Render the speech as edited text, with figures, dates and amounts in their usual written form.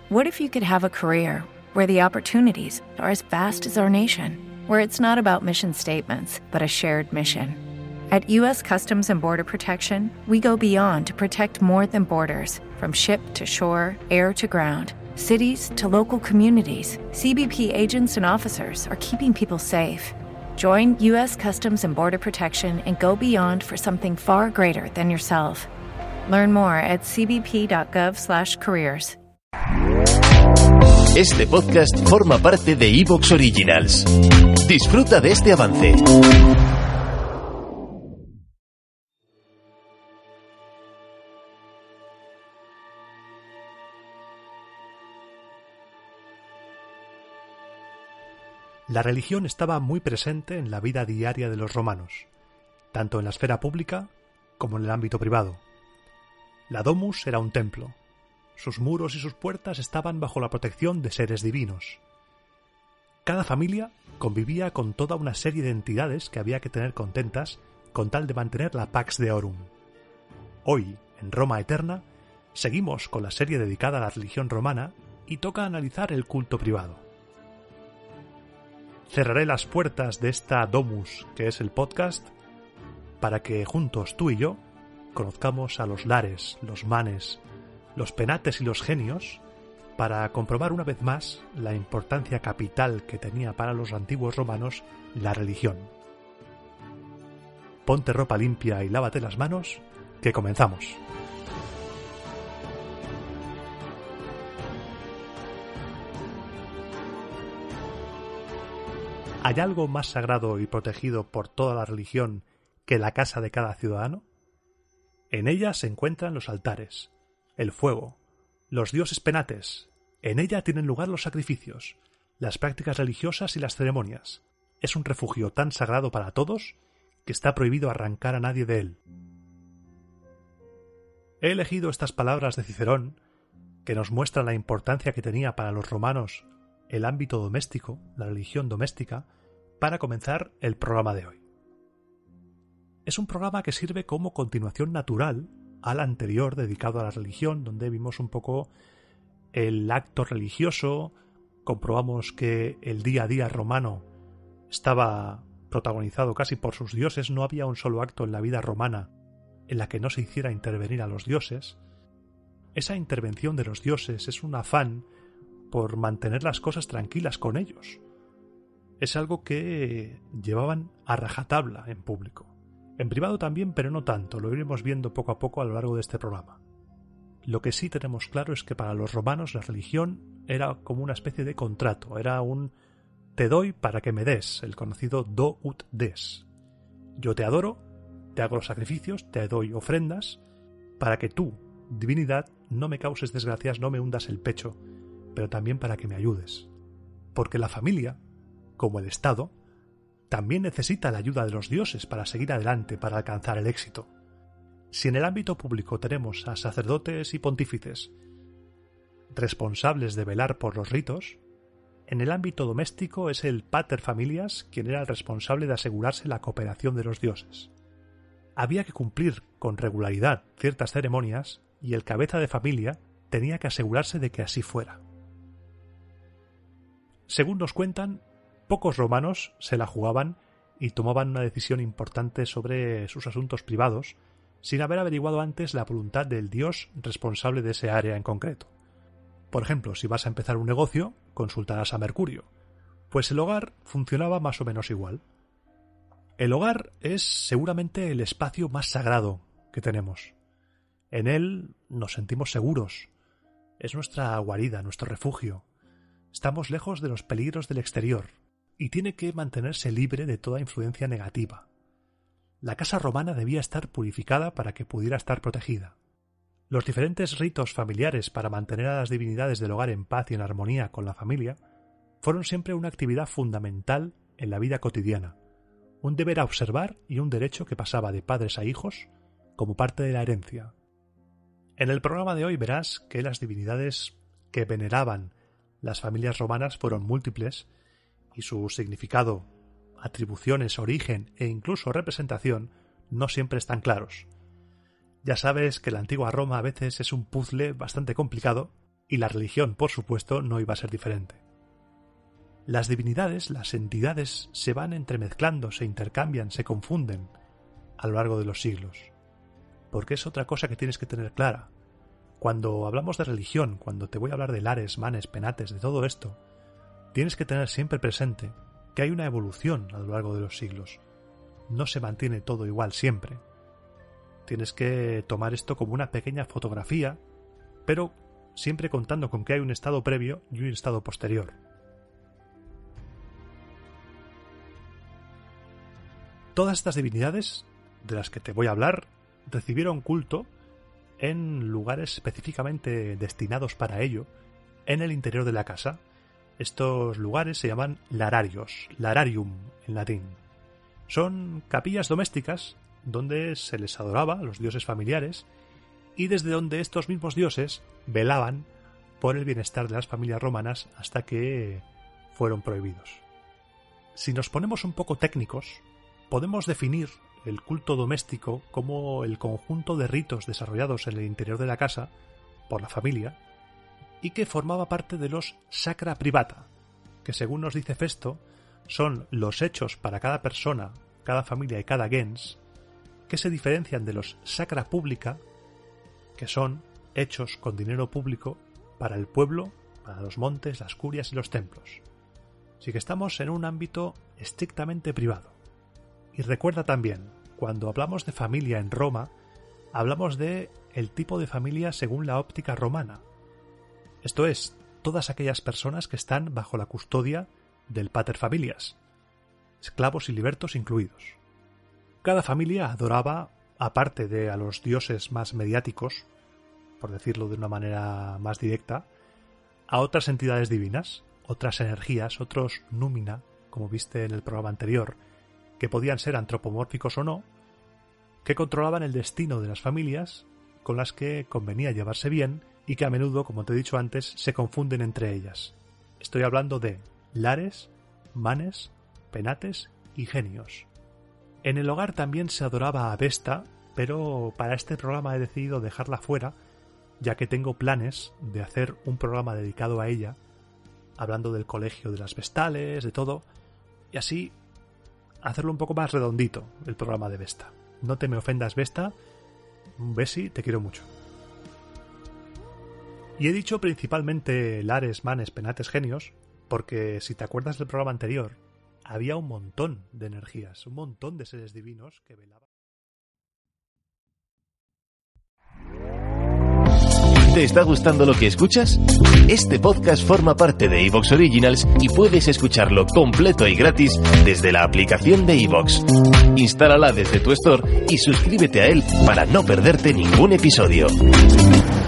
What if you could have a career where the opportunities are as vast as our nation, where it's not about mission statements, but a shared mission? At U.S. Customs and Border Protection, we go beyond to protect more than borders. From ship to shore, air to ground, cities to local communities, CBP agents and officers are keeping people safe. Join U.S. Customs and Border Protection and go beyond for something far greater than yourself. Learn more at cbp.gov/careers. Este podcast forma parte de Evox Originals. Disfruta de este avance. La religión estaba muy presente en la vida diaria de los romanos, tanto en la esfera pública como en el ámbito privado. La domus era un templo. Sus muros y sus puertas estaban bajo la protección de seres divinos. Cada familia convivía con toda una serie de entidades que había que tener contentas con tal de mantener la Pax Deorum. Hoy, en Roma Eterna, seguimos con la serie dedicada a la religión romana y toca analizar el culto privado. Cerraré las puertas de esta domus que es el podcast para que juntos tú y yo conozcamos a los lares, los manes, los penates y los genios para comprobar una vez más la importancia capital que tenía para los antiguos romanos la religión. Ponte ropa limpia y lávate las manos, que comenzamos. ¿Hay algo más sagrado y protegido por toda la religión que la casa de cada ciudadano? En ella se encuentran los altares, el fuego, los dioses penates. En ella tienen lugar los sacrificios, las prácticas religiosas y las ceremonias. Es un refugio tan sagrado para todos que está prohibido arrancar a nadie de él. He elegido estas palabras de Cicerón, que nos muestran la importancia que tenía para los romanos el ámbito doméstico, la religión doméstica, para comenzar el programa de hoy. Es un programa que sirve como continuación natural al anterior dedicado a la religión, donde vimos un poco el acto religioso, comprobamos que el día a día romano estaba protagonizado casi por sus dioses, no había un solo acto en la vida romana en la que no se hiciera intervenir a los dioses. Esa intervención de los dioses es un afán por mantener las cosas tranquilas con ellos. Es algo que llevaban a rajatabla en público. En privado también, pero no tanto, lo iremos viendo poco a poco a lo largo de este programa. Lo que sí tenemos claro es que para los romanos la religión era como una especie de contrato, era un te doy para que me des, el conocido do ut des. Yo te adoro, te hago los sacrificios, te doy ofrendas, para que tú, divinidad, no me causes desgracias, no me hundas el pecho, pero también para que me ayudes. Porque la familia, como el Estado, también necesita la ayuda de los dioses para seguir adelante, para alcanzar el éxito. Si en el ámbito público tenemos a sacerdotes y pontífices responsables de velar por los ritos, en el ámbito doméstico es el pater familias quien era el responsable de asegurarse la cooperación de los dioses. Había que cumplir con regularidad ciertas ceremonias y el cabeza de familia tenía que asegurarse de que así fuera. Según nos cuentan, pocos romanos se la jugaban y tomaban una decisión importante sobre sus asuntos privados sin haber averiguado antes la voluntad del dios responsable de ese área en concreto. Por ejemplo, si vas a empezar un negocio, consultarás a Mercurio, pues el hogar funcionaba más o menos igual. El hogar es seguramente el espacio más sagrado que tenemos. En él nos sentimos seguros. Es nuestra guarida, nuestro refugio. Estamos lejos de los peligros del exterior y tiene que mantenerse libre de toda influencia negativa. La casa romana debía estar purificada para que pudiera estar protegida. Los diferentes ritos familiares para mantener a las divinidades del hogar en paz y en armonía con la familia fueron siempre una actividad fundamental en la vida cotidiana, un deber a observar y un derecho que pasaba de padres a hijos como parte de la herencia. En el programa de hoy verás que las divinidades que veneraban las familias romanas fueron múltiples y su significado, atribuciones, origen e incluso representación no siempre están claros. Ya sabes que la antigua Roma a veces es un puzzle bastante complicado Y la religión, por supuesto, no iba a ser diferente. Las divinidades, las entidades, se van entremezclando, se intercambian, se confunden a lo largo de los siglos. Porque es otra cosa que tienes que tener clara. Cuando hablamos de religión, cuando te voy a hablar de lares, manes, penates, de todo esto, tienes que tener siempre presente que hay una evolución a lo largo de los siglos. No se mantiene todo igual siempre. Tienes que tomar esto como una pequeña fotografía, pero siempre contando con que hay un estado previo y un estado posterior. Todas estas divinidades de las que te voy a hablar recibieron culto en lugares específicamente destinados para ello en el interior de la casa. Estos lugares se llaman lararios, lararium en latín. Son capillas domésticas donde se les adoraba a los dioses familiares y desde donde estos mismos dioses velaban por el bienestar de las familias romanas hasta que fueron prohibidos. Si nos ponemos un poco técnicos, podemos definir el culto doméstico como el conjunto de ritos desarrollados en el interior de la casa por la familia y que formaba parte de los sacra privata, que según nos dice Festo, son los hechos para cada persona, cada familia y cada gens, que se diferencian de los sacra publica, que son hechos con dinero público para el pueblo, para los montes, las curias y los templos. Así que estamos en un ámbito estrictamente privado. Y recuerda también, cuando hablamos de familia en Roma, hablamos de el tipo de familia según la óptica romana. Esto es, todas aquellas personas que están bajo la custodia del pater familias, esclavos y libertos incluidos. Cada familia adoraba, aparte de a los dioses más mediáticos, por decirlo de una manera más directa, a otras entidades divinas, otras energías, otros númina, como viste en el programa anterior, que podían ser antropomórficos o no, que controlaban el destino de las familias con las que convenía llevarse bien y que a menudo, como te he dicho antes, se confunden entre ellas. Estoy hablando de lares, manes, penates y genios. En el hogar también se adoraba a Vesta, pero para este programa he decidido dejarla fuera, ya que tengo planes de hacer un programa dedicado a ella, hablando del colegio de las vestales, de todo, y así hacerlo un poco más redondito, el programa de Vesta. No te me ofendas, Vesta. Un besi, te quiero mucho. Y he dicho principalmente lares, manes, penates, genios, porque si te acuerdas del programa anterior, había un montón de energías, un montón de seres divinos que velaban. ¿Te está gustando lo que escuchas? Este podcast forma parte de iVoox Originals y puedes escucharlo completo y gratis desde la aplicación de iVoox. Instálala desde tu store y suscríbete a él para no perderte ningún episodio.